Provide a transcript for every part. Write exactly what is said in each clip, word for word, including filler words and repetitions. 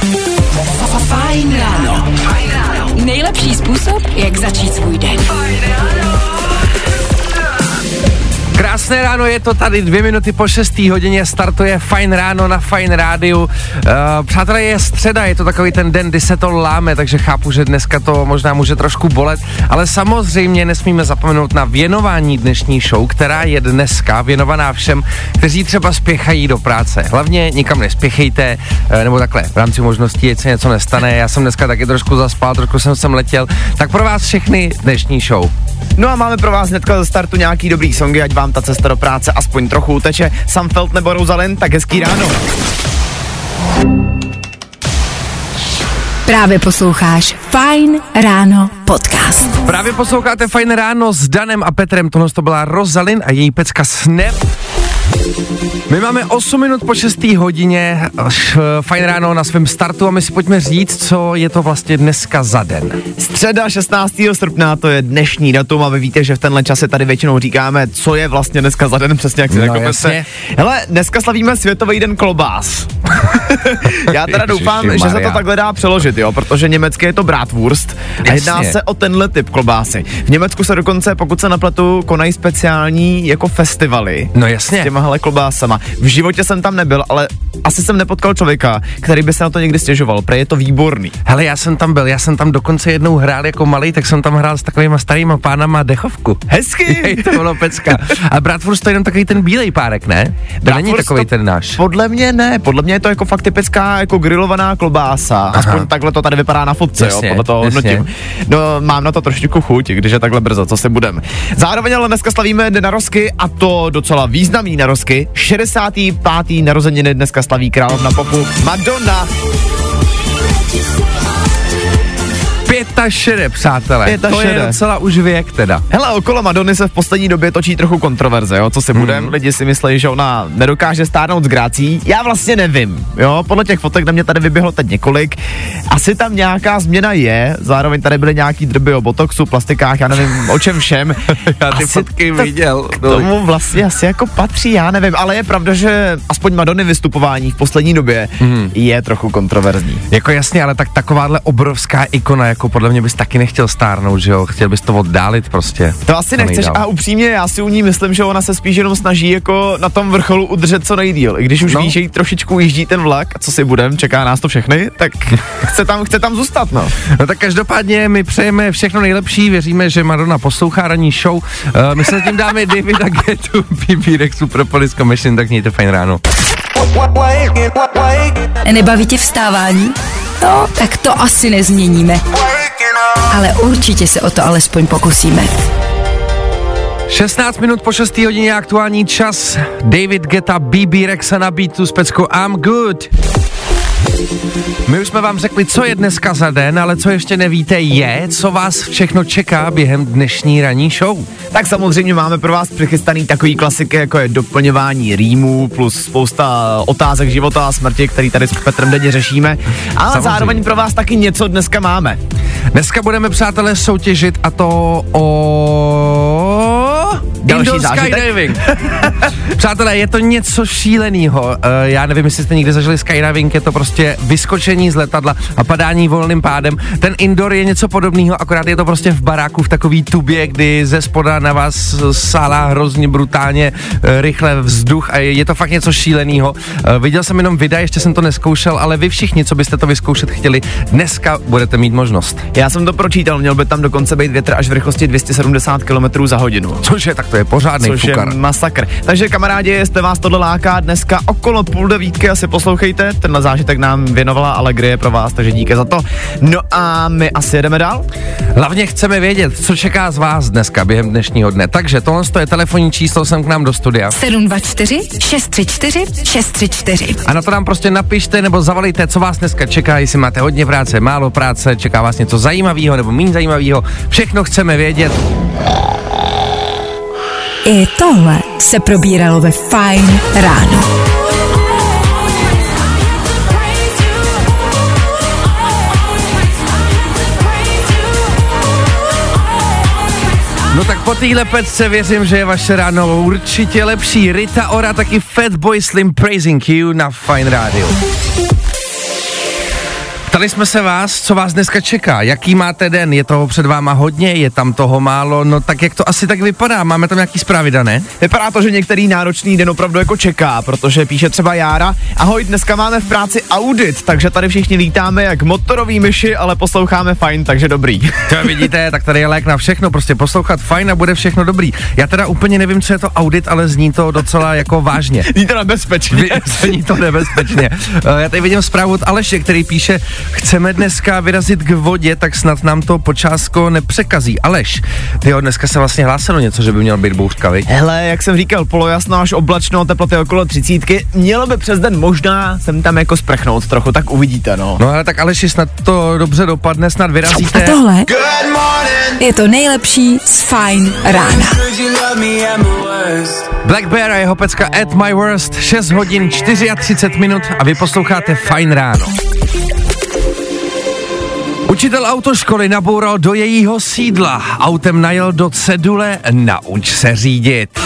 Fajn ráno. Nejlepší způsob, jak začít svůj den. Krásné ráno, je to tady dvě minuty po šesté hodině, startuje Fajn ráno na Fajn rádiu. Uh, přátelé, je středa, je to takový ten den, kdy se to láme, takže chápu, že dneska to možná může trošku bolet, ale samozřejmě nesmíme zapomenout na věnování dnešní show, která je dneska věnovaná všem, kteří třeba spěchají do práce. Hlavně nikam nespěchejte, uh, nebo takhle, v rámci možností, ať se něco nestane. Já jsem dneska taky trošku zaspal, trošku jsem sem letěl, tak pro vás všechny dnešní show. No a máme pro vás hnedka ze startu nějaký dobrý songy, ať vám ta cesta do práce aspoň trochu uteče. Sam Feld nebo Rosalind, tak hezký ráno. Právě posloucháš Fajn ráno podcast. Právě posloucháte Fajn ráno s Danem a Petrem, tohle to byla Rosalind a její pecka Snap. My máme osm minut po šesté hodině, Fajn ráno na svém startu a my si pojďme říct, co je to vlastně dneska za den. Středa šestnáctého srpna, to je dnešní datum a vy víte, že v tenhle čase tady většinou říkáme, co je vlastně dneska za den, přesně jak si no, řekl. Hele, dneska slavíme Světový den klobás. Já teda doufám, že se to takhle dá přeložit, jo, protože německy je to Bratwurst a jedná se o tenhle typ klobásy. V Německu se dokonce, pokud se nepletu, konají speciální jako festivaly. No jasně. S těmahle klobásama. V životě jsem tam nebyl, ale asi jsem nepotkal člověka, který by se na to někdy stěžoval, protože je to výborný. Hele, já jsem tam byl, já jsem tam dokonce jednou hrál jako malý, tak jsem tam hrál s takovýma starýma pánama dechovku. Hezky! Jej, to bylo pecka. A Bratwurst to je jenom takový ten bílej párek, ne? To není takový ten náš. Podle mě ne, podle mě je to jako fakt typická jako grilovaná klobása. Aha. Aspoň takhle to tady vypadá na fotce, jasně, jo, podle toho hodnotím. No, mám na to trošičku chuť, když je takhle brzo, co si budem. Zároveň ale dneska slavíme den narozky a to docela významný narozky. šedesátý pátý narozeniny dneska slaví královna popu Madonna. Pětašede, přátelé. Pětašede. To je docela už věk teda. Hele, okolo Madony se v poslední době točí trochu kontroverze, jo, co si budem. Mm. Lidi si myslí, že ona nedokáže stárnout s grácí. Já vlastně nevím, jo, podle těch fotek na mě tady vyběhlo teď několik. Asi tam nějaká změna je, zároveň tady byly nějaký drby o botoxu, plastikách, já nevím o čem všem. Já ty asi fotky to, viděl. K tomu vlastně asi jako patří, já nevím, ale je pravda, že aspoň Madony vystupování v poslední době mm. je trochu kontroverzní. Jako jasně, ale tak takováhle obrovská ikona, jako podle mě bys taky nechtěl stárnout, že jo? Chtěl bys to oddálit prostě. To asi nechceš nejdál. A upřímně já si u ní myslím, že ona se spíš jenom snaží jako na tom vrcholu udržet co nejdýl. I když už no. ví, že jí trošičku jíždí ten vlak, co si budem, čeká nás to všechny, tak chce tam, chce tam zůstat, no. No tak každopádně my přejeme všechno nejlepší, věříme, že Madonna poslouchá ranní show. Uh, my se tím dáme Davida Guettu, B B Rexu, Propolis Commission, tak mějte fajn ráno. Nebaví tě vstávání? No, tak to asi nezměníme. Ale určitě se o to alespoň pokusíme. šestnáct minut po šesté hodině aktuální čas. David Guetta, B B Rexa na beatu s peckou I'm Good. My už jsme vám řekli, co je dneska za den, ale co ještě nevíte je, co vás všechno čeká během dnešní ranní show. Tak samozřejmě máme pro vás přichystaný takový klasiky, jako je doplňování rýmů plus spousta otázek života a smrti, který tady s Petrem denně řešíme. Ale samozřejmě. Zároveň pro vás taky něco dneska máme. Dneska budeme, přátelé, soutěžit a to o... Další indoor skydiving. Přátelé, je to něco šílenýho. Uh, já nevím, jestli jste někdy zažili skydiving, je to prostě vyskočení z letadla a padání volným pádem. Ten indoor je něco podobného, akorát je to prostě v baráku v takový tubě, kdy ze spoda na vás sálá hrozně brutálně uh, rychle vzduch a je, je to fakt něco šílenýho. Uh, viděl jsem jenom videa, ještě jsem to neskoušel, ale vy všichni, co byste to vyzkoušet chtěli, dneska budete mít možnost. Já jsem to pročítal, měl by tam dokonce být větr až v rychlosti dvě stě sedmdesát kilometrů za hodinu. Což je, tak to je pořádný Což fukar. je masakr. Takže kamarádi, jestli vás tohle láká dneska okolo půl devítky, asi poslouchejte, tenhle zážitek nám věnovala Allegrie pro vás, takže díky za to. No a my asi jedeme dál. Hlavně chceme vědět, co čeká z vás dneska během dnešního dne. Takže tohle je telefonní číslo sem k nám do studia. sedm dva čtyři šest tři čtyři šest tři čtyři. A na to nám prostě napište nebo zavolejte, co vás dneska čeká, jestli máte hodně práce, málo práce, čeká vás něco zajímavého nebo méně zajímavého. Všechno chceme vědět. I tohle se probíralo ve Fajn ráno. No tak po téhle pecce věřím, že je vaše ráno určitě lepší. Rita Ora, taky Fatboy Slim Praising You na Fajn rádiu. Ptali jsme se vás, co vás dneska čeká, jaký máte den, je toho před váma hodně, je tam toho málo, no tak jak to asi tak vypadá, máme tam nějaký zprávy dané? Vypadá to, že některý náročný den opravdu jako čeká, protože píše třeba Jára, ahoj, dneska máme v práci audit, takže tady všichni lítáme jak motorový myši, ale posloucháme fajn, takže dobrý. To vidíte, tak tady je lék na všechno, prostě poslouchat fajn a bude všechno dobrý. Já teda úplně nevím, co je to audit, ale zní to docela jako vážně. Zní to nebezpečně. Zní to nebezpečně. Já tady vidím zprávu od Aleše, který píše, chceme dneska vyrazit k vodě, tak snad nám to počásko nepřekazí. Aleš, tyjo, dneska se vlastně hlásilo něco, že by měl být bouřka, viď? Hele, jak jsem říkal, polojasno až oblačno, teploty okolo třicítky, mělo by přes den možná sem tam jako sprchnout trochu, tak uvidíte, no. No ale tak Aleši, snad to dobře dopadne, snad vyrazíte. A tohle je to nejlepší z Fajn rána. Black Bear a jeho pecka At My Worst, šest hodin třicet čtyři minut a vy posloucháte Fajn ráno. Učitel autoškoly naboural do jejího sídla, autem najel do cedule, nauč se řídit.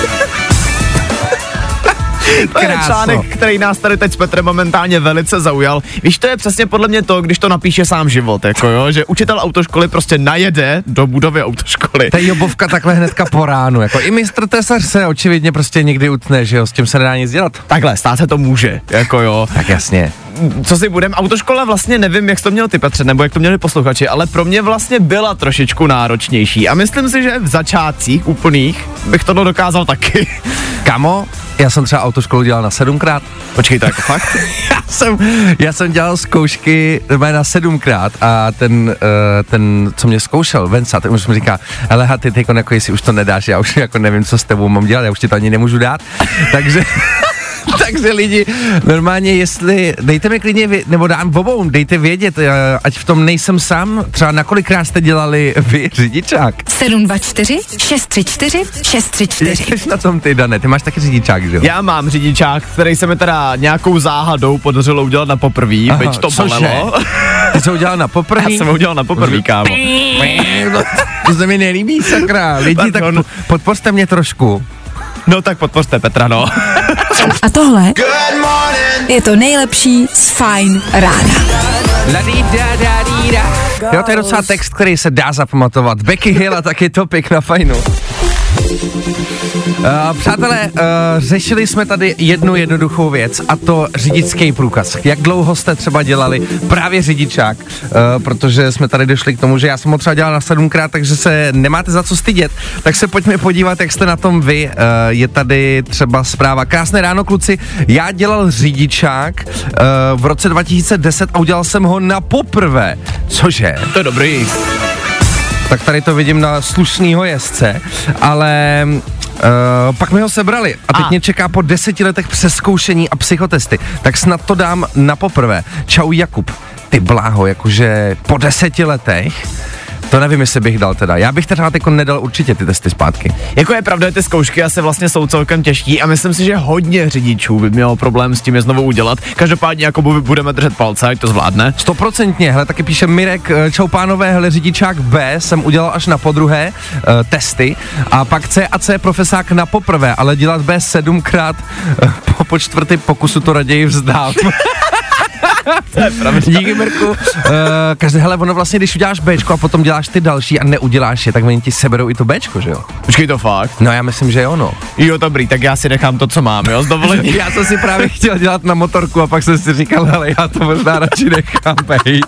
To je článek, který nás tady teď s Petrem momentálně velice zaujal. Víš, to je přesně podle mě to, když to napíše sám život, jako jo, že učitel autoškoly prostě najede do budovy autoškoly. To je jobovka takhle hnedka po ránu, jako i mistr tesař se očividně prostě někdy utne, že jo, s tím se nedá nic dělat. Takhle, stát se to může, jako jo. Tak jasně. Co si budem, autoškola vlastně nevím, jak to měl ty, Petře, nebo jak to měli posluchači, ale pro mě vlastně byla trošičku náročnější a myslím si, že v začátcích úplných bych to dokázal taky. Kamo, já jsem třeba autoškolu dělal na sedmkrát. Počkej, to jako fakt? já, jsem, já jsem dělal zkoušky na sedmkrát a ten, uh, ten, co mě zkoušel, Venca, ten už mi říká, ale ty, ty jako jestli už to nedáš, já už jako nevím, co s tebou mám dělat, já už ti to ani nemůžu dát, takže... Takže lidi, normálně jestli, dejte mi klidně, vě, nebo dám obou, dejte vědět, ať v tom nejsem sám, třeba na kolikrát jste dělali vy řidičák? sedm dva čtyři šest tři čtyři šest tři čtyři. Jak jsi na tom ty, Dane, ty máš taky řidičák, že jo? Já mám řidičák, který se mi teda nějakou záhadou podařilo udělat na poprvý, byť to bolelo. Ty jsi ho udělal na poprvý? Já jsem ho udělal na poprvý, kámo. To se mi nelíbí, sakra, lidi, tak podpořte mě trošku. No tak podpořte Petra, no. A tohle je to nejlepší z Fajn rána. Jo, to je docela text, který se dá zapamatovat. Becky Hill a taky Topik na Fajnu. Uh, přátelé, uh, řešili jsme tady jednu jednoduchou věc a to řidičský průkaz. Jak dlouho jste třeba dělali právě řidičák, uh, protože jsme tady došli k tomu, že já jsem ho třeba dělal na sedmkrát, takže se nemáte za co stydět. Tak se pojďme podívat, jak jste na tom vy. Uh, je tady třeba zpráva. Krásné ráno, kluci. Já dělal řidičák uh, v roce dva tisíce deset a udělal jsem ho na poprvé. Cože? To je dobrý. Tak tady to vidím na slušnýho jezdce, ale uh, pak mi ho sebrali a teď a. mě čeká po deseti letech přezkoušení a psychotesty, tak snad to dám na poprvé. Čau Jakub, ty bláho, jakože po deseti letech, to nevím, jestli bych dal teda. Já bych teda jako nedal určitě ty testy zpátky. Jako je pravda, ty zkoušky asi vlastně jsou celkem těžký a myslím si, že hodně řidičů by mělo problém s tím je znovu udělat. Každopádně jako budeme držet palce, ať to zvládne. Stoprocentně, hele, taky píše Mirek, čau pánové, hele, řidičák B jsem udělal až na podruhé uh, testy a pak C a C profesák na poprvé, ale dělat B sedmkrát uh, po, po čtvrtý pokusu to raději vzdám. Díky, Mirku. Uh, každé, hele, ono vlastně, když uděláš Bčko a potom děláš ty další a neuděláš je, tak oni ti seberou i to Bčko, že jo? Počkej, to fakt? No já myslím, že jo, no. Jo, dobrý, tak já si nechám to, co mám, jo, s dovolením. Já jsem si právě chtěl dělat na motorku a pak jsem si říkal, hele, já to možná radši nechám bejt.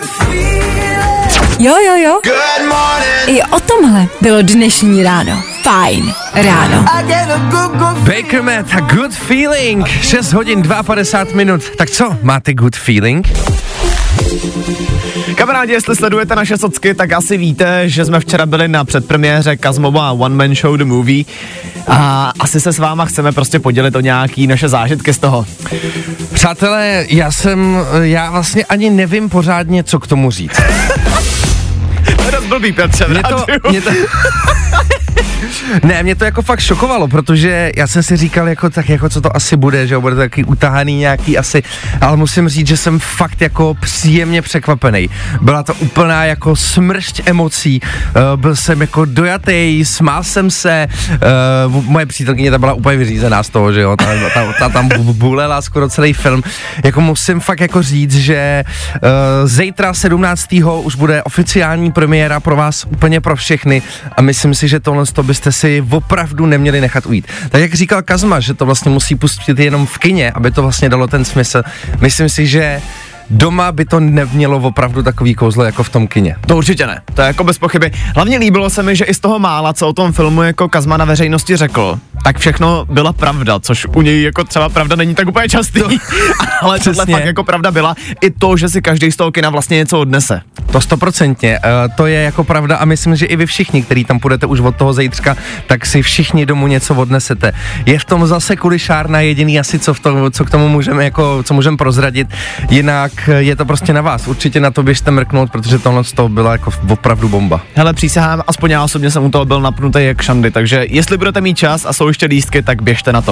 Jo, jo, jo. I o tomhle bylo dnešní ráno. Fajn ráno. Baker Matt a Good Feeling. šest hodin padesát dva minut. Tak co, máte good feeling? Kamarádi, jestli sledujete naše socky, tak asi víte, že jsme včera byli na předpremiéře Kazmova One Man Show The Movie a asi se s váma chceme prostě podělit o nějaký naše zážitky z toho. Přátelé, já jsem, já vlastně ani nevím pořádně, co k tomu říct. To je dost blbý, Petře, v mě to, mě to, Ne, mě to jako fakt šokovalo, protože já jsem si říkal, jako tak jako co to asi bude, že bude to taky utahaný nějaký asi, ale musím říct, že jsem fakt jako příjemně překvapený. Byla to úplná jako smršť emocí, uh, byl jsem jako dojatý, smál jsem se, uh, moje přítelkyně ta byla úplně vyřízená z toho, že jo, ta, ta, ta tam bulela skoro celý film. Jako musím fakt jako říct, že uh, zítra sedmnáctého už bude oficiální premiéra pro vás, úplně pro všechny, a myslím si, že tohle to byste si opravdu neměli nechat ujít. Tak jak říkal Kazma, že to vlastně musí pustit jenom v kině, aby to vlastně dalo ten smysl, myslím si, že doma by to nemělo opravdu takový kouzlo jako v tom kině. To určitě ne, to je jako bez pochyby. Hlavně líbilo se mi, že i z toho mála, co o tom filmu jako Kazma na veřejnosti řekl, tak všechno byla pravda, což u něj jako třeba pravda není tak úplně častý, to, ale tohle fakt jako pravda byla. I to, že si každý z toho kina vlastně něco odnese. To stoprocentně, uh, to je jako pravda a myslím, že i vy všichni, kteří tam půjdete už od toho zítřka, tak si všichni domů něco odnesete. Je v tom zase kulišárna, jediný asi, co, v tom, co k tomu můžeme jako, co můžeme prozradit, jinak je to prostě na vás. Určitě na to běžte mrknout, protože tohle z toho byla jako opravdu bomba. Hele, přísahám, aspoň já osobně jsem u toho byl napnutý jak šandy, takže jestli budete mít čas a jsou ještě lístky, tak běžte na to.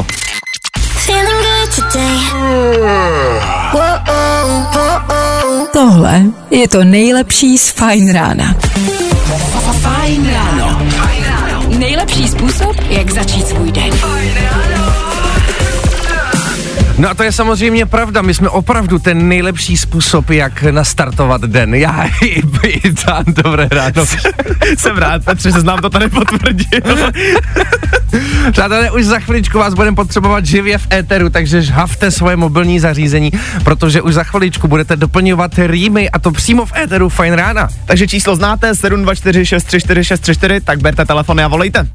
Tohle je to nejlepší z Fajn rána. Fajn ráno. Nejlepší způsob, jak začít svůj den. No a to je samozřejmě pravda, my jsme opravdu ten nejlepší způsob, jak nastartovat den. Já i, i tam, dobré ráno. Jsem rád, Petře, že znám to tady potvrdil. Přátelé, už za chviličku vás budeme potřebovat živě v éteru, takže žhavte svoje mobilní zařízení, protože už za chviličku budete doplňovat rýmy a to přímo v éteru Fajn rána. Takže číslo znáte, sedm dva čtyři šest tři čtyři šest tři čtyři, tak berte telefony a volejte.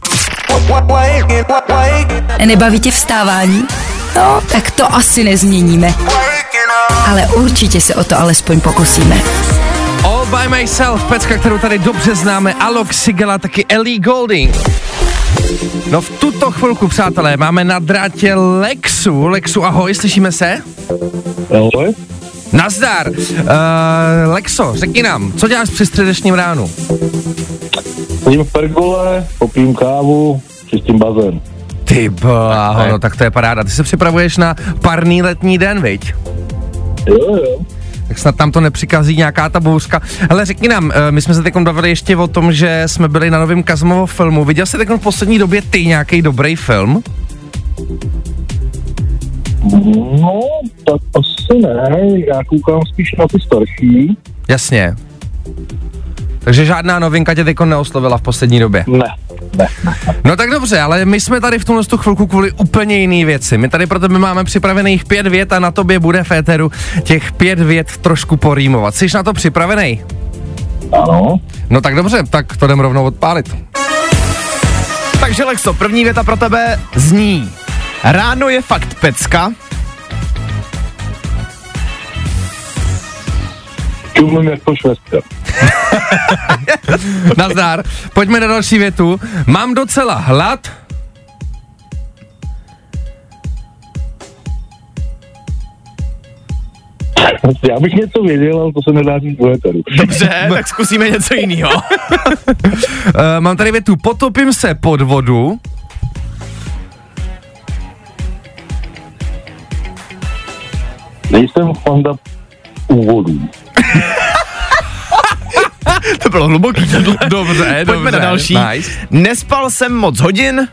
Nebaví tě vstávání? No, tak to asi nezměníme. Ale určitě se o to alespoň pokusíme. All by myself, pecka, kterou tady dobře známe, Alok Sigela, taky Ellie Goulding. No v tuto chvilku, přátelé, máme na drátě Lexu. Lexu, ahoj, slyšíme se? Ahoj. Nazdar. Uh, Lexo, řekni nám, co děláš při středečním ránu? Sedím v pergole, popím kávu, čistím bazén. Ty bláho, no tak to je paráda. Ty se připravuješ na parný letní den, viď? Jo, jo. Tak snad tam to nepřikazí nějaká ta bouřka. Ale řekni nám, my jsme se teď bavili ještě o tom, že jsme byli na novém Kazmovo filmu. Viděl jsi teď v poslední době ty nějaký dobrý film? No, tak asi ne. Já koukám spíš na ty starší. Jasně. Takže žádná novinka tě teďko neoslovila v poslední době? Ne, ne. No tak dobře, ale my jsme tady v tomhle chvilku kvůli úplně jiný věci. My tady pro tebe máme připravených pět vět a na tobě bude v éteru těch pět vět trošku porýmovat. Jsi na to připravený? Ano. No tak dobře, tak to jdem rovnou odpálit. Takže Lexo, první věta pro tebe zní: ráno je fakt pecka. Čumím jako švestka. Nazdar. Pojďme na další větu. Mám docela hlad. Já bych něco věděl, ale to se nedá říct do éteru. Dobře, tak zkusíme něco jiného. uh, mám tady větu. Potopím se pod vodu. Nejsem fanda úvodů. To bylo hluboký. Dobře, Pojďme dobře, na další. Nice. Nespal jsem moc hodin.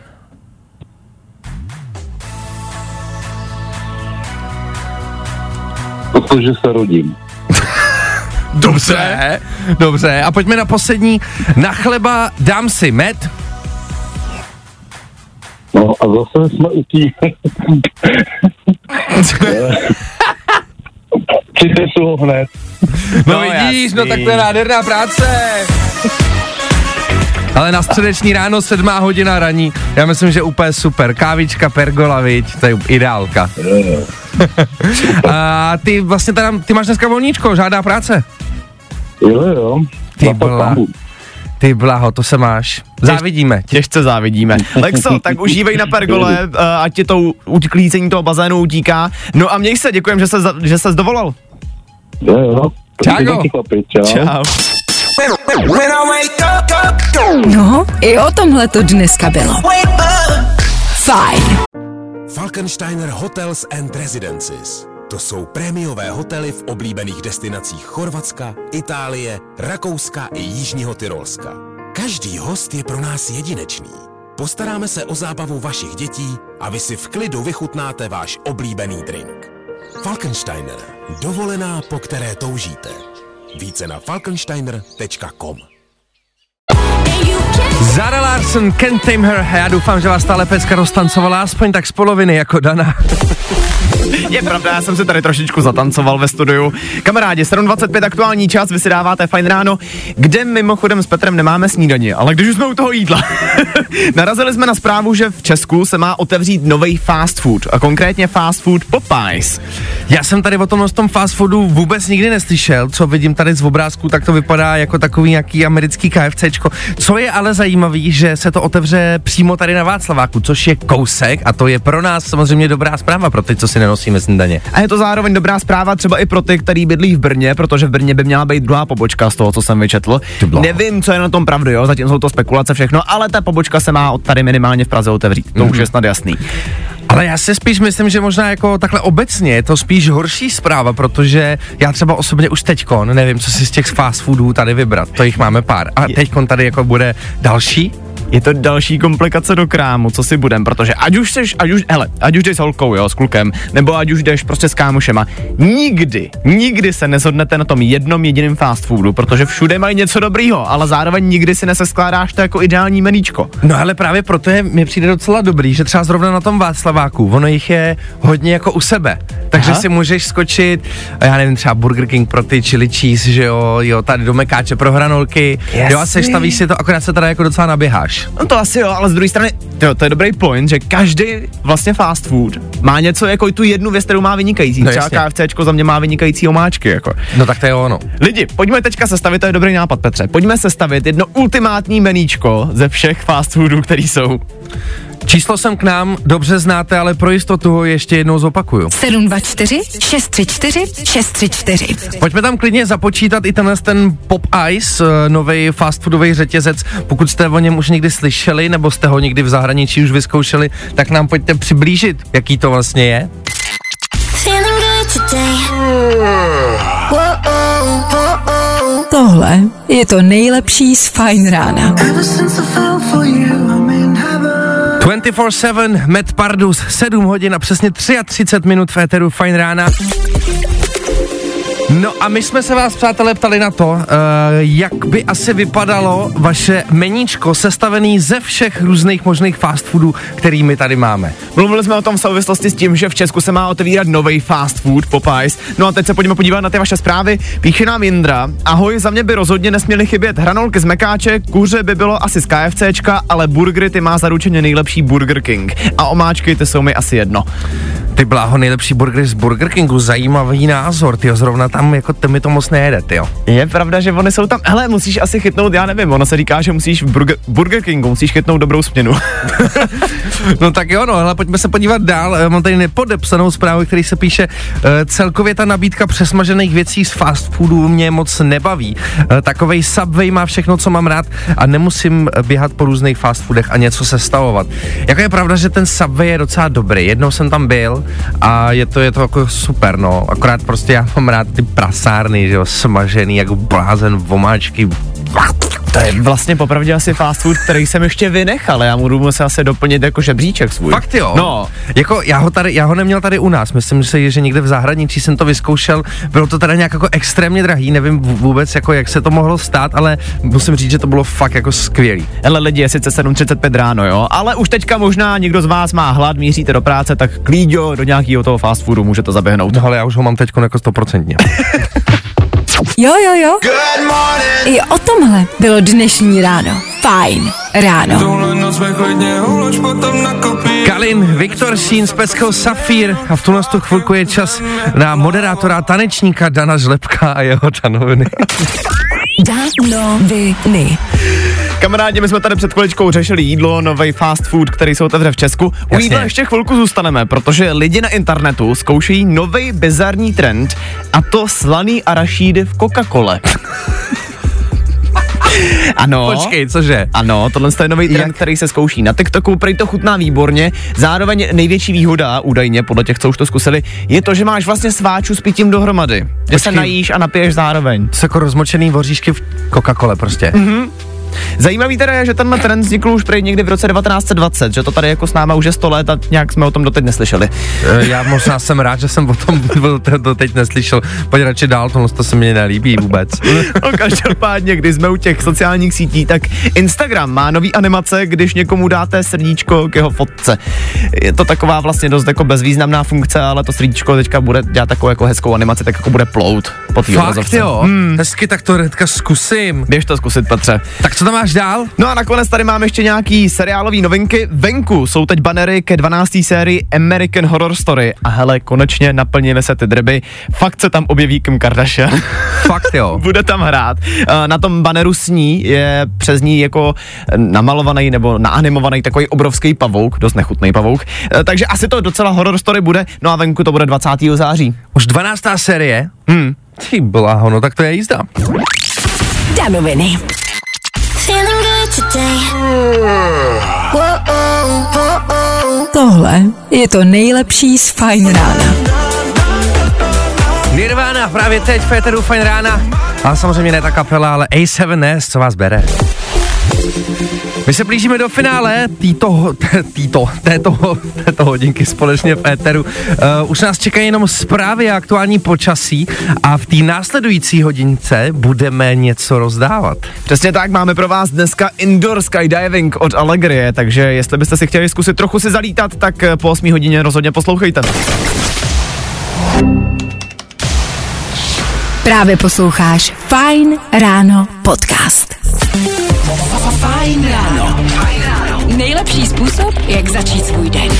Protože se rodím. Dobře, dobře. A pojďme na poslední. Na chleba dám si med. No a zase jsme u tý... Přitesu ho hned. No, no vidíš, jasný. No tak to je nádherná práce. Ale na středeční ráno, sedmá hodina raní, já myslím, že úplně super. Kávička, pergola, viď, to je ideálka. A ty vlastně teda, ty máš dneska volníčko, žádná práce. Jo, jo. Ty bla, ty blaho, to se máš. Závidíme. Těžce závidíme. Lexo, tak užívej na pergole, ať ti to uklízení toho bazénu utíká. No a měj se, děkujem, že se, že ses dovolal. Jo, jo. Čau. Čau. Čau. No, i o tomhle to dneska bylo. Fajn. Falkensteiner Hotels and Residences. To jsou prémiové hotely v oblíbených destinacích Chorvatska, Itálie, Rakouska i Jižního Tyrolska. Každý host je pro nás jedinečný. Postaráme se o zábavu vašich dětí a vy si v klidu vychutnáte váš oblíbený drink. Falkensteiner. Dovolená, po které toužíte. Více na falkensteiner tečka com. Zara Larsson, Can't Tame Her. Já doufám, že vás stále pecka roztancovala aspoň tak z poloviny jako Dana. Je pravda, já jsem se tady trošičku zatancoval ve studiu. Kamarádi, sedm dvacet pět aktuální čas, vy si dáváte Fajn ráno, kde mimochodem s Petrem nemáme snídani, ale když už jsme u toho jídla. Narazili jsme na zprávu, že v Česku se má otevřít nový fast food, a konkrétně fast food Popeyes. Já jsem tady o tom, o tom fast foodu vůbec nikdy neslyšel, co vidím tady z obrázku, tak to vypadá jako takový nějaký americký KFCčko. Co je ale zajímavý, že se to otevře přímo tady na Václaváku, což je kousek a to je pro nás samozřejmě dobrá zpráva pro ty, co si nenosíme snídaně. A je to zároveň dobrá zpráva třeba i pro ty, který bydlí v Brně, protože v Brně by měla být druhá pobočka z toho, co jsem vyčetl. Nevím, co je na tom pravdy, jo, zatím jsou to spekulace všechno, ale ta pobočka se má od tady minimálně v Praze otevřít. To mm-hmm. už je snad jasný. Ale já si spíš myslím, že možná jako takhle obecně je to spíš horší zpráva, protože já třeba osobně už teďkon nevím, co si z těch fast foodů tady vybrat. To jich máme pár. A teďkon tady jako bude další. Je to další komplikace do krámu, co si budem, protože ať už seš, ať už, hele, ať už jdeš s holkou, jo, s klukem, nebo ať už jdeš prostě s kámošema, nikdy, nikdy se neshodnete na tom jednom jediném fast foodu, protože všude mají něco dobrýho, ale zároveň nikdy si neseskládáš to jako ideální meníčko. No ale právě proto je, mi přijde docela dobrý, že třeba zrovna na tom Václaváku, ono jich je hodně jako u sebe, takže Aha. si můžeš skočit, já nevím, třeba Burger King pro ty chili cheese, že jo, jo, tady do Mekáče pro hranolky, Jasný. jo, a seštavíš si to, akorát se teda jako docela naběháš. No to asi jo, ale z druhé strany, jo, to je dobrý point, že každý vlastně fast food má něco jako tu jednu věc, kterou má vynikající. No, třeba KFCčko za mě má vynikající omáčky, jako. No tak to je ono. Lidi, pojďme teďka sestavit, to je dobrý nápad, Petře. Pojďme sestavit jedno ultimátní meníčko ze všech fast foodů, který jsou. Číslo sem k nám dobře znáte, ale pro jistotu ho ještě jednou zopakuju. sedm dva čtyři šest tři čtyři šest tři čtyři. Pojďme tam klidně započítat i tenhle ten Popeyes, nový fast foodový řetězec. Pokud jste o něm už někdy slyšeli, nebo jste ho někdy v zahraničí už vyzkoušeli, tak nám pojďte přiblížit, jaký to vlastně je. Tohle je to nejlepší z Fajn rána. dvacet čtyři sedm, Matt Pardus, sedm hodin a přesně třicet tři minut v éteru Fajn rána. No a my jsme se vás, přátelé, ptali na to, uh, jak by asi vypadalo vaše meníčko sestavený ze všech různých možných fast foodů, který my tady máme. Mluvili jsme o tom v souvislosti s tím, že v Česku se má otevírat nový fast food Popeyes. No a teď se pojďme podívat na ty vaše zprávy. Píše nám Jindra: ahoj, za mě by rozhodně nesměly chybět hranolky z Mekáče, kuře by bylo asi z KFCčka, ale burgery ty má zaručeně nejlepší Burger King. A omáčky ty jsou mi asi jedno. Ty bláho, nejlepší burgery z Burger Kingu, zajímavý názor, tyjo, zrovna tam jako ty mi to moc nejede, tyjo. Je pravda, že oni jsou tam, hele, musíš asi chytnout, já nevím, ono se říká, že musíš v Burger, Burger Kingu, musíš chytnout dobrou směnu. No tak jo, no, hele, pojďme se podívat dál, mám tady nepodepsanou zprávu, který se píše, celkově ta nabídka přesmažených věcí z fast foodů mě moc nebaví. Takovej Subway má všechno, co mám rád a nemusím běhat po různých fast foodech a něco sestavovat. Jako je pravda, že ten Subway je docela dobrý, jednou jsem tam byl a je to, je to jako super, no, akorát prostě já mám rád ty prasárny, že jo, smažený jako blázen, vomáčky. To je vlastně popravdě asi fast food, který jsem ještě vynechal, já budu muset asi doplnit jako žebříček svůj. Fakt jo? No. Jako já ho tady, já ho neměl tady u nás, myslím si, že někde v zahraničí jsem to vyzkoušel, bylo to teda nějak jako extrémně drahý, nevím vůbec jako jak se to mohlo stát, ale musím říct, že to bylo fakt jako skvělý. Hele lidi, je sice sedm třicet pět ráno, jo, ale už teďka možná někdo z vás má hlad, míříte do práce, tak klíďo, do nějakého toho fast foodu můžete zaběhnout. No ale já už ho mám teďko jako stoprocentně. Jo, jo, jo. I o tomhle bylo dnešní ráno. Fajn ráno. Kalin, Viktor Šín z Peckou Safír a v tuhle chvilku je čas na moderátora a tanečníka Dana Žlepka a jeho danoviny. Danoviny. Kamarádi, my jsme tady před chviličkou řešili jídlo, nový fast food, který se otevře v Česku. U jídla ještě chvilku zůstaneme, protože lidi na internetu zkoušejí nový bizarní trend, a to slaný arašídy v Coca-Cole. Ano. Počkej, cože? Ano, tohle je nový trend, který se zkouší na TikToku, prej to chutná výborně. Zároveň největší výhoda, údajně podle těch, co už to zkusili, je to, že máš vlastně sváču s pitím dohromady. Že Počkej. se najíš a napiješ zároveň. To jsou jako rozmočený voříšky v Coca-Cole prostě. Mhm. Zajímavý teda je, že tenhle trend vznikl už prej někdy v roce devatenáct set dvacet, že to tady jako s náma už je sto let a nějak jsme o tom doteď neslyšeli. Já možná jsem rád, že jsem o tom doteď neslyšel. Pojď radši dál, tohle to se mi nelíbí vůbec. No každopádně, když jsme u těch sociálních sítí, tak Instagram má nový animace, když někomu dáte srdíčko k jeho fotce. Je to taková vlastně dost jako bezvýznamná funkce, ale to srdíčko teďka bude dělat takovou jako hezkou animaci, tak jako bude plout po té obrazovce. Fakt jo? Hmm. Hezky, tak to hnedka zkusím. Běž to zkusit, Petře. Tak co tam máš dál? No a nakonec tady máme ještě nějaký seriálový novinky. Venku jsou teď banery ke dvanácté sérii American Horror Story. A hele, konečně naplníme se ty drby. Fakt se tam objeví Kim Kardashian. Fakt jo. Bude tam hrát. Na tom baneru s ní je přes ní jako namalovaný nebo naanimovaný takový obrovský pavouk, dost nechutný pavouk. Takže asi to docela Horror Story bude. No a venku to bude dvacátého září. Už dvanáctá série? Hmm. Ty bláho, no tak to je jízda. Danoviny. Tohle je to nejlepší z Fajn rána. Nirvana právě teď v éteru Fajn rána. Ale samozřejmě ne ta kapela, ale A sedm S, co vás bere. My se blížíme do finále týto, týto, této, této hodinky společně v éteru. Uh, už nás čekají jenom zprávy a aktuální počasí a v té následující hodince budeme něco rozdávat. Přesně tak, máme pro vás dneska indoor skydiving od Allegrie, takže jestli byste si chtěli zkusit trochu si zalítat, tak po osmé hodině rozhodně poslouchejte. Právě posloucháš Fajn ráno podcast. Fajn ráno. Nejlepší způsob, jak začít svůj den.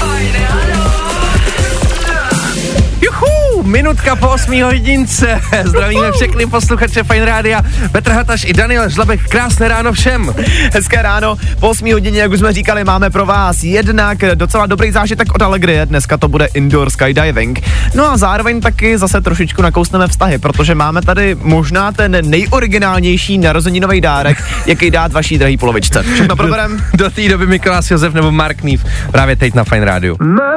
Juhu, minutka po osmé hodince. Zdravíme všechny posluchače Fajn rádia. Petr Hataš i Daniel Žlabek. Krásné ráno všem. Hezké ráno. Po osmé hodině, jak už jsme říkali, máme pro vás jednak docela dobrý zážitek od Allegrie. Dneska to bude indoor skydiving. No a zároveň taky zase trošičku nakousneme vztahy, protože máme tady možná ten nejoriginálnější narozeninový dárek, jaký dát vaší drahý polovičce. Všechno proberem. Do, do té doby Mikolas Josef nebo Mark Neve. Právě teď na Fajn rádiu.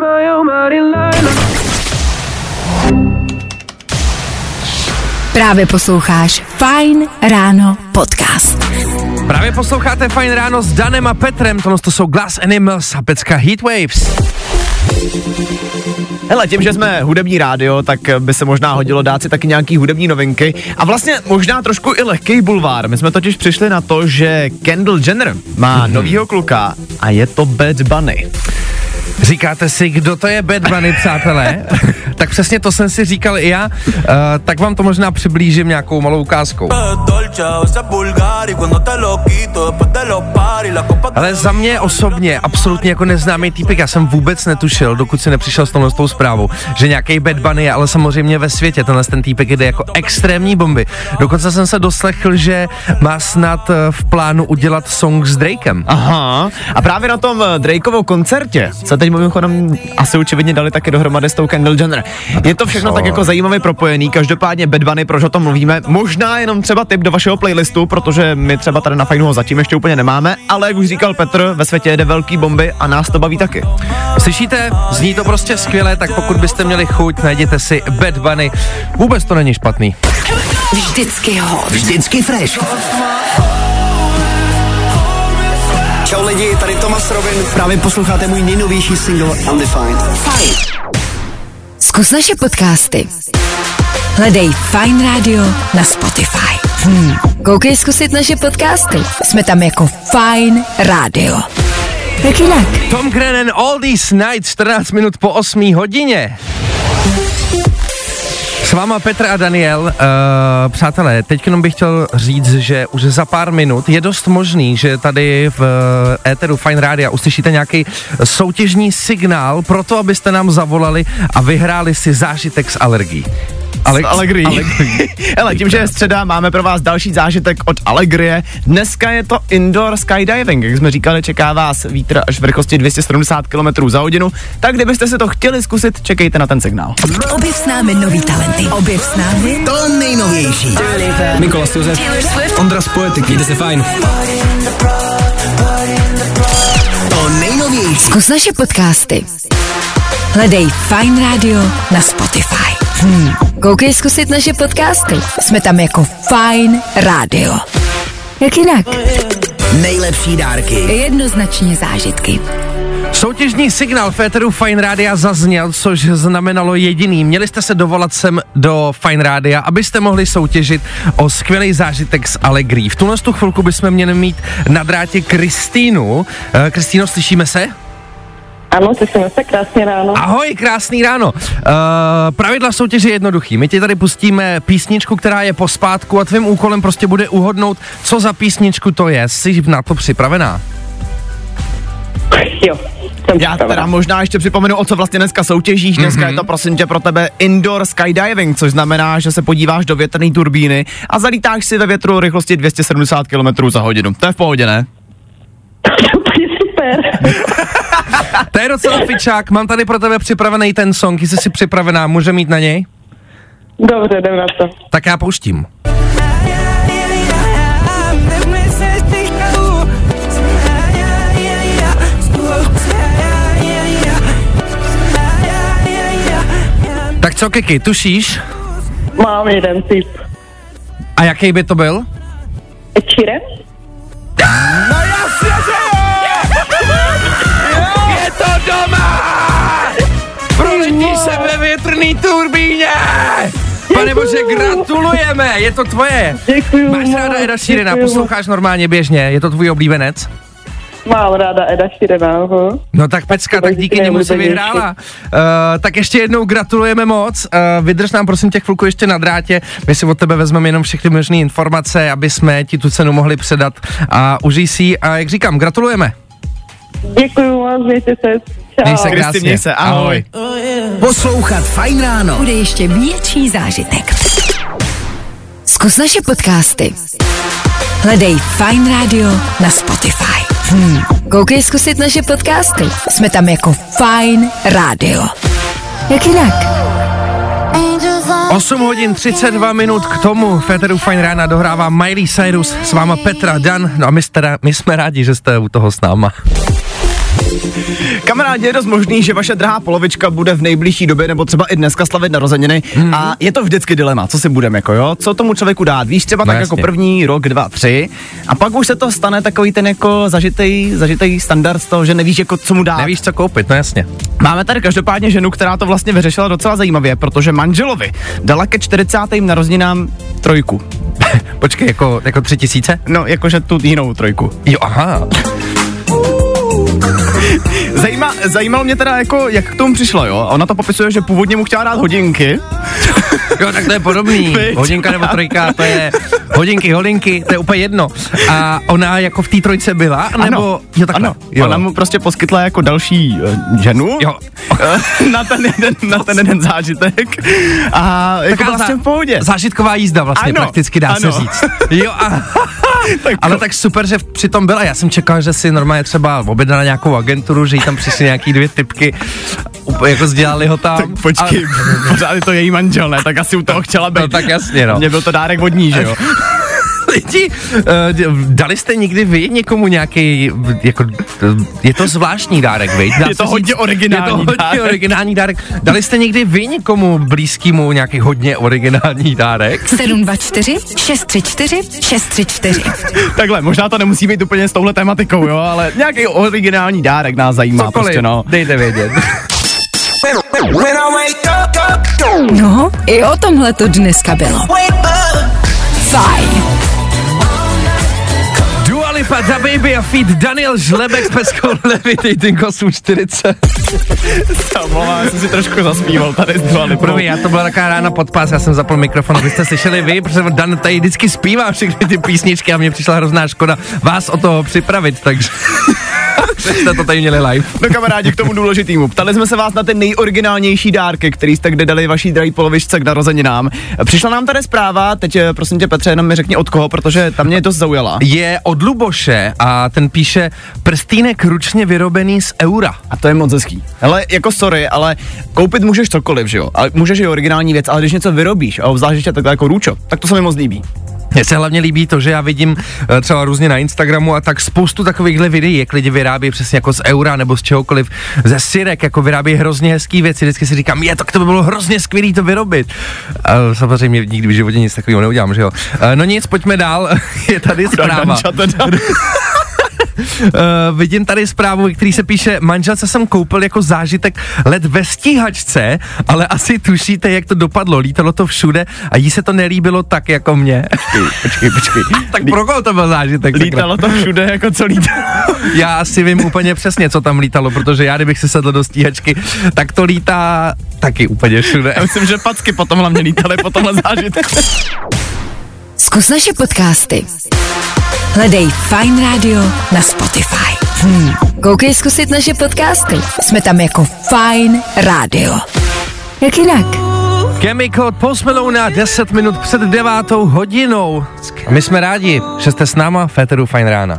Právě posloucháš Fajn ráno podcast. Právě posloucháte Fajn ráno s Danem a Petrem, tohle to jsou Glass Animals a pecka Heatwaves. Hele, tím, že jsme hudební rádio, tak by se možná hodilo dát si taky nějaký hudební novinky a vlastně možná trošku i lehký bulvár. My jsme totiž přišli na to, že Kendall Jenner má mm-hmm. novýho kluka a je to Bad Bunny. Říkáte si, kdo to je Bad Bunny, přátelé? Tak přesně to jsem si říkal i já, uh, tak vám to možná přiblížím nějakou malou ukázkou. Ale za mě osobně absolutně jako neznámý týpek, já jsem vůbec netušil, dokud si nepřišel s tomhle s tou zprávou, že nějaký Bad Bunny je, ale samozřejmě ve světě tenhle ten týpek jde jako extrémní bomby. Dokonce jsem se doslechl, že má snad v plánu udělat song s Drakem. Aha, a právě na tom Drakeovo koncertě se teď mimochodem asi očividně dali taky dohromady s tou Kendall Jenner. Je to všechno tak jako zajímavě propojený, každopádně Bad Bunny, proč o tom mluvíme, možná jenom třeba tip do vašeho playlistu, protože my třeba tady na Fajnu ho zatím ještě úplně nemáme, ale jak už říkal Petr, ve světě jede velký bomby a nás to baví taky. Slyšíte? Zní to prostě skvěle, tak pokud byste měli chuť, najděte si Bad Bunny. Vůbec to není špatný. Vždycky hot. Vždycky fresh. Čau lidi, tady Tomas Robin. Právě posloucháte můj nejnovější single Undefined. Fajn. Zkus naše podcasty. Hledej Fajn Radio na Spotify. Hmm. Koukej zkusit naše podcasty. Jsme tam jako Fajn Radio. Jak jinak? Tom Grennan, All These Nights, čtrnáct minut po osmé hodině. S váma Petr a Daniel. Uh, přátelé, teď jenom bych chtěl říct, že už za pár minut je dost možný, že tady v éteru Fajn Rádia uslyšíte nějaký soutěžní signál pro to, abyste nám zavolali a vyhráli si zážitek s alergií. Alex, Allegri. Hele, tím, že je středa, máme pro vás další zážitek od Allegrie. Dneska je to indoor skydiving, jak jsme říkali, čeká vás vítr až v rychlosti dvě stě sedmdesát kilometrů za hodinu, tak kdybyste si to chtěli zkusit, čekejte na ten signál. Objev s námi nový talenty. Objev s námi To nejnovější. Mikolas Josef, Ondra z Poetik, jde se fajn. To nejnovější. Zkus naše podcasty. Hledej Fine Radio na Spotify. Hmm. Koukej zkusit naše podcasty. Jsme tam jako Fine Radio. Jak jinak? Nejlepší dárky. Jednoznačně zážitky. Soutěžní signál Féteru Fine Rádia zazněl, což znamenalo jediný. Měli jste se dovolat sem do Fine Rádia, abyste mohli soutěžit o skvělý zážitek s Allegri. V tuhle tu chvilku bychom měli mít na drátě Kristýnu. Kristýno, slyšíme se? Ano, slyšíme se, krásně ráno. Ahoj, krásný ráno. Uh, pravidla soutěže je jednoduchý. My ti tady pustíme písničku, která je pospátku a tvým úkolem prostě bude uhodnout, co za písničku to je. Jsi na to připravená? Jo. Já teda možná ještě připomenu, o co vlastně dneska soutěžíš. Dneska mm-hmm. je to prosím tě pro tebe indoor skydiving, což znamená, že se podíváš do větrné turbíny a zalítáš si ve větru rychlosti dvě stě sedmdesát kilometrů za hodinu. To je v pohodě, ne? Super. To je docela fičák, mám tady pro tebe připravený ten song, jestli jsi připravená, může mít na něj? Dobře, jdem na to. Tak já pouštím. Tak co, Kiki, tušíš? Mám jeden tip. A jaký by to byl? Ed Sheeran? No jasně, že jo! Je to doma! Proletí se ve větrný turbíně! Pane bože, gratulujeme, je to tvoje. Děkuju. Máš ráda Eda Sheerana, posloucháš normálně běžně, je to tvůj oblíbenec? Mám ráda Eda Sheerana, uh-huh. No tak Pecka, tak díky němu si vyhrála. Uh, tak ještě jednou gratulujeme moc. Uh, vydrž nám prosím tě chvilku ještě na drátě. My si od tebe vezmeme jenom všechny možné informace, aby jsme ti tu cenu mohli předat a užij si. A jak říkám, gratulujeme. Děkuju moc, mějte se. Čau. Měj se krásně. Měj se, ahoj. Poslouchat Fajn ráno. Bude ještě větší zážitek. Zkus naše podcasty. Hledej Fine Radio na Spotify. Hmm. Koukej zkusit naše podcasty. Jsme tam jako Fine Radio. Jak jinak? osm hodin třicet dva minut k tomu Féteru Fine Rána dohrává Miley Cyrus, s váma Petra, Dan, no a my, jste, my jsme rádi, že jste u toho s náma. Kamarádi, je dost možný, že vaše drahá polovička bude v nejbližší době nebo třeba i dneska slavit narozeniny hmm. a je to vždycky dilema, co si budeme, jako jo, co tomu člověku dát, víš, třeba no tak jasně. Jako první rok, dva, tři a pak už se to stane takový ten jako zažitej, zažitej standard z toho, že nevíš jako co mu dát. Nevíš co koupit, no jasně. Máme tady každopádně ženu, která to vlastně vyřešila docela zajímavě, protože manželovi dala ke čtyřicátým narozeninám trojku. Počkej, jako, jako tři tisíce? No, jakože tu jinou trojku. Jo, aha. Zajímá, zajímalo mě teda jako, jak k tomu přišla, jo? Ona to popisuje, že původně mu chtěla dát hodinky. Jo, tak to je podobný. Hodinka nebo trojka, to je hodinky, hodinky, to je úplně jedno. A ona jako v té trojce byla, nebo... Ano, jo, takhle. ano. Jo. Ona mu prostě poskytla jako další uh, ženu. Jo. na, ten jeden, na ten jeden zážitek. A jako vlastně v pohodě. Zážitková jízda vlastně ano, prakticky dá ano. se říct. Jo, a... tak ale tak super, že přitom byla. Já jsem čekal, že si normálně třeba objednala nějakou agenturu, že jí tam přišly nějaký dvě typky, jako sdělali ho tam. Tak počkej, a... pořád je to její manžel, ne? Tak asi u toho chtěla být. No tak jasně, no. Mně byl to dárek od ní, že jo? Lidi, uh, dali jste někdy vy někomu nějaký, jako, je to zvláštní dárek, vej? Je to hodně originální Je to hodně dárek. originální dárek. Dali jste někdy vy někomu blízkému nějaký hodně originální dárek? sedm dva čtyři šest tři čtyři šest tři čtyři. Takhle, možná to nemusí být úplně s touhle tematikou, jo, ale nějaký originální dárek nás zajímá. Cokoliv, prostě, no. Dejte vědět. No, i o tomhle to dneska bylo. Fajn. Dua Lipa, Da Baby a feat Daniel Žlebek s Peskou Levitating osm čtyřicet. Omlouvám, jsem si trošku zaspíval tady s Dua Lipou. Promiň, já to byla taková rána pod pás, já jsem zapl mikrofon, abyste slyšeli vy, protože Dan tady vždycky zpívá všechny ty písničky a mně přišla hrozná škoda vás o toho připravit, takže... Jste to tady měli live. No kamarádi, k tomu důležitýmu. Ptali jsme se vás na ty nejoriginálnější dárky, který jste kde dali vaší drahý polovičce k narozeninám. Přišla nám tady zpráva, teď prosím tě Petře, jenom mi řekni od koho, protože tam mě dost zaujala. Je od Luboše a ten píše prstýnek ručně vyrobený z eura. A to je moc hezký. Hele, jako sorry, ale koupit můžeš cokoliv, že jo? Ale můžeš i originální věc, ale když něco vyrobíš a obzvlášť takhle jako růčo, tak to se mi moc líbí. Mně se hlavně líbí to, že já vidím uh, třeba různě na Instagramu a tak spoustu takovýchhle videí, jak lidi vyrábí přesně jako z eura nebo z čehokoliv, ze syrek, jako vyrábí hrozně hezký věci. Vždycky si říkám, je, tak to by bylo hrozně skvělý to vyrobit. Uh, samozřejmě nikdy v životě nic takového neudělám, že jo. Uh, no nic, pojďme dál, je tady zpráva. Uh, vidím tady zprávu, který se píše, manželce jsem koupil jako zážitek let ve stíhačce, ale asi tušíte, jak to dopadlo, lítalo to všude a jí se to nelíbilo tak jako mě. Počkej, počkej, počkej. Tak pro koho to byl zážitek? Lítalo to všude, jako co lítalo? Já asi vím úplně přesně, co tam lítalo, protože já, kdybych si sedl do stíhačky, tak to lítá taky úplně všude. Já myslím, že packy potom hlavně lítaly po tomhle zážitku. Zkus naše podcasty. Hledej Fine Radio na Spotify. Hmm. Koukej zkusit naše podcasty. Jsme tam jako Fine Radio. Jak jinak? Chemical od Post Malone na deset minut před devátou hodinou. A my jsme rádi, že jste s náma v éteru Fine rána.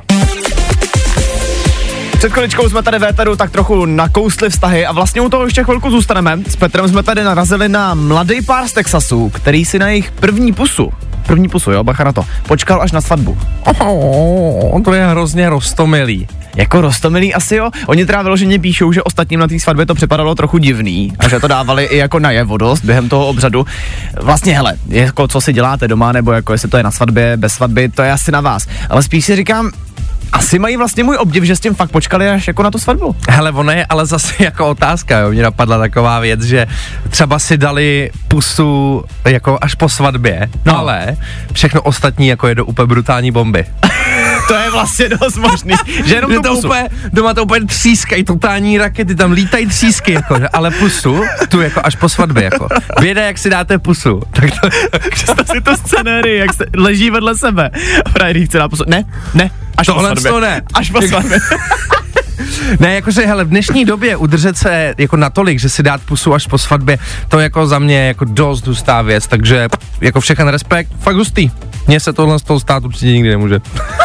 Před chviličkou jsme tady v éteru tak trochu nakousli vztahy a vlastně u toho ještě chvilku zůstaneme. S Petrem jsme tady narazili na mladý pár z Texasu, který si na jejich první pusu, první pusu, jo, bacha na to, počkal až na svatbu. Oh, to je hrozně roztomilý. Jako roztomilý asi jo. Oni teda vyloženě píšou, že ostatním na té svatbě to připadalo trochu divný a že to dávali i jako najevo dost během toho obřadu. Vlastně hele, jako co si děláte doma, nebo jako jestli to je na svatbě, bez svatby, to je asi na vás. Ale spíš si říkám, asi mají vlastně můj obdiv, že s tím fakt počkali až jako na tu svatbu. Hele, ono je ale zase jako otázka, jo. Mně napadla taková věc, že třeba si dali pusu jako až po svatbě, no. Ale všechno ostatní jako je do úplně brutální bomby. To je vlastně dost možný, že jenom tu to pusu. Úplně, doma to úplně třískají, totální rakety, tam lítají třísky, jako, ale pusu, tu jako až po svatbě, jako. Běda, jak si dáte pusu. Tak to... Představ si to scenérii, jak se leží vedle sebe. A právě chce dát pusu. Ne, ne, až Tohle po svatbě. To ne. Až po svatbě. Ne, jakože, hele, v dnešní době udržet se jako natolik, že si dát pusu až po svatbě, to jako za mě jako dost hustá věc, takže jako všechen respekt, fakt hustý. Mně se tohle z toho stát určitě nikdy nemůže.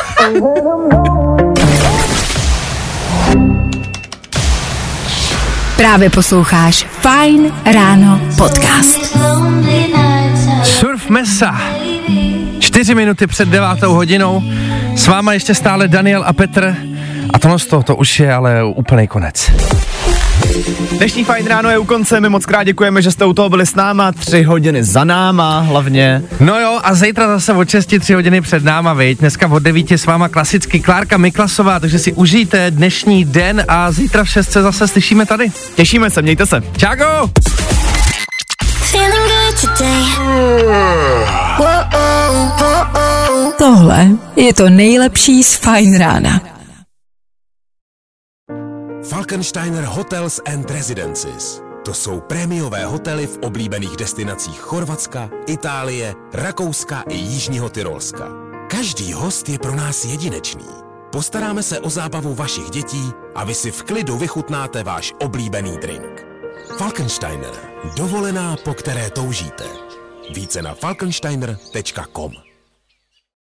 Právě posloucháš Fine Ráno podcast. Surf Mesa. Čtyři minuty před devátou hodinou. S váma ještě stále Daniel a Petr. A tohle z toho, to už je ale úplný konec. Dnešní Fajn ráno je u konce, my moc krát děkujeme, že jste u toho byli s náma, tři hodiny za náma hlavně. No jo, a zítra zase od šesti, tři hodiny před náma, viď? Dneska od devíti s váma klasicky Klárka Miklasová, takže si užijte dnešní den a zítra v šest se zase slyšíme tady. Těšíme se, mějte se. Čágo! Tohle je to nejlepší z Fajn rána. Falkensteiner Hotels and Residences. To jsou prémiové hotely v oblíbených destinacích Chorvatska, Itálie, Rakouska i Jižního Tyrolska. Každý host je pro nás jedinečný. Postaráme se o zábavu vašich dětí a vy si v klidu vychutnáte váš oblíbený drink. Falkensteiner. Dovolená, po které toužíte. Více na falkensteiner tečka com.